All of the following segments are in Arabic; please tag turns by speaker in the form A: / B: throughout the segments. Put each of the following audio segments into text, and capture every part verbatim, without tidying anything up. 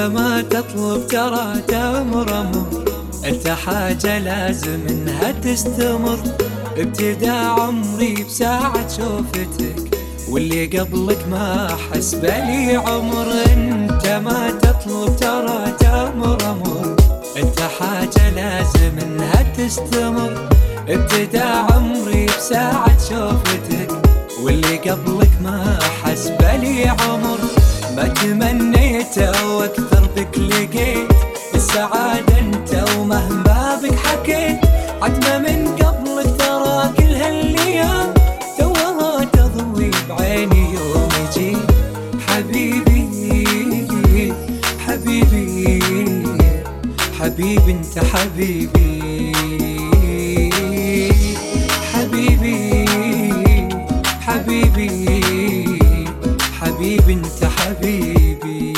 A: ما تطلب ترى تمر أمر، انت حاجة لازم انها تستمر. ابتدى عمري بساعة شوفتك، واللي قبلك ما حس بلي عمر. انت ما تطلب ترى تمر أمر، انت حاجة لازم انها تستمر. ابتدى عمري بساعة شوفتك، واللي قبلك ما حس بلي عمر. ما تمنيت واكثر بك لقيت السعادة انت، ومهما بك حكيت عتمة من قبلك ترى كل هالايام توها تضوي بعيني يوم يجي. حبيبي حبيبي حبيبي انت حبيبي، حبيبي حبيبي حبيبي انت حبيبي.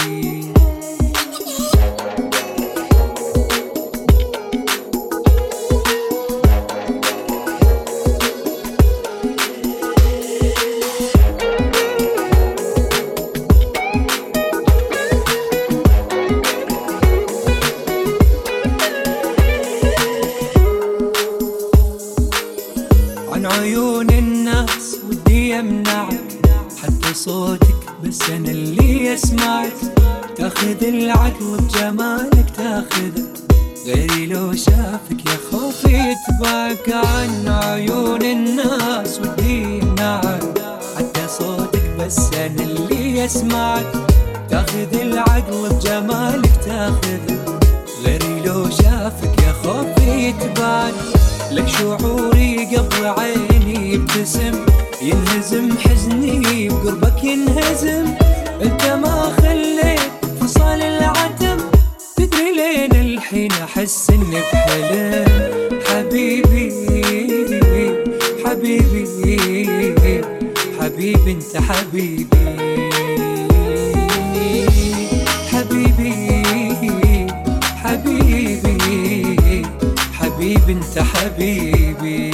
A: عن عيون الناس ودي يمنعك، حتى صوتك بس انا اللي اسمعك. تاخذ العقل بجمالك تاخذه، غيري لو شافك يا خوفي يتبعك. عن عيون الناس ودي يمنعك، حتى صوتك بس انا اللي اسمعك. تاخذ العقل بجمالك تاخذه، غيري لو شافك يا خوفي يتبعك. لك شعوري قبل عيني يبتسم، ينهزم حزني بقربك ينهزم. انت ما خليت فصال العتم، تدري لين الحين احس اني بحلم. حبيبي حبيبي حبيبي انت حبيبي، حبيبي حبيبي حبيبي انت حبيبي.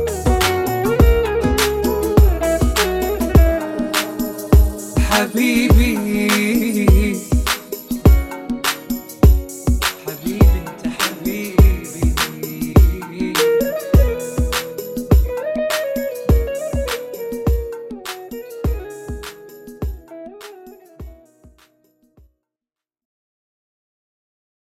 A: حبيبي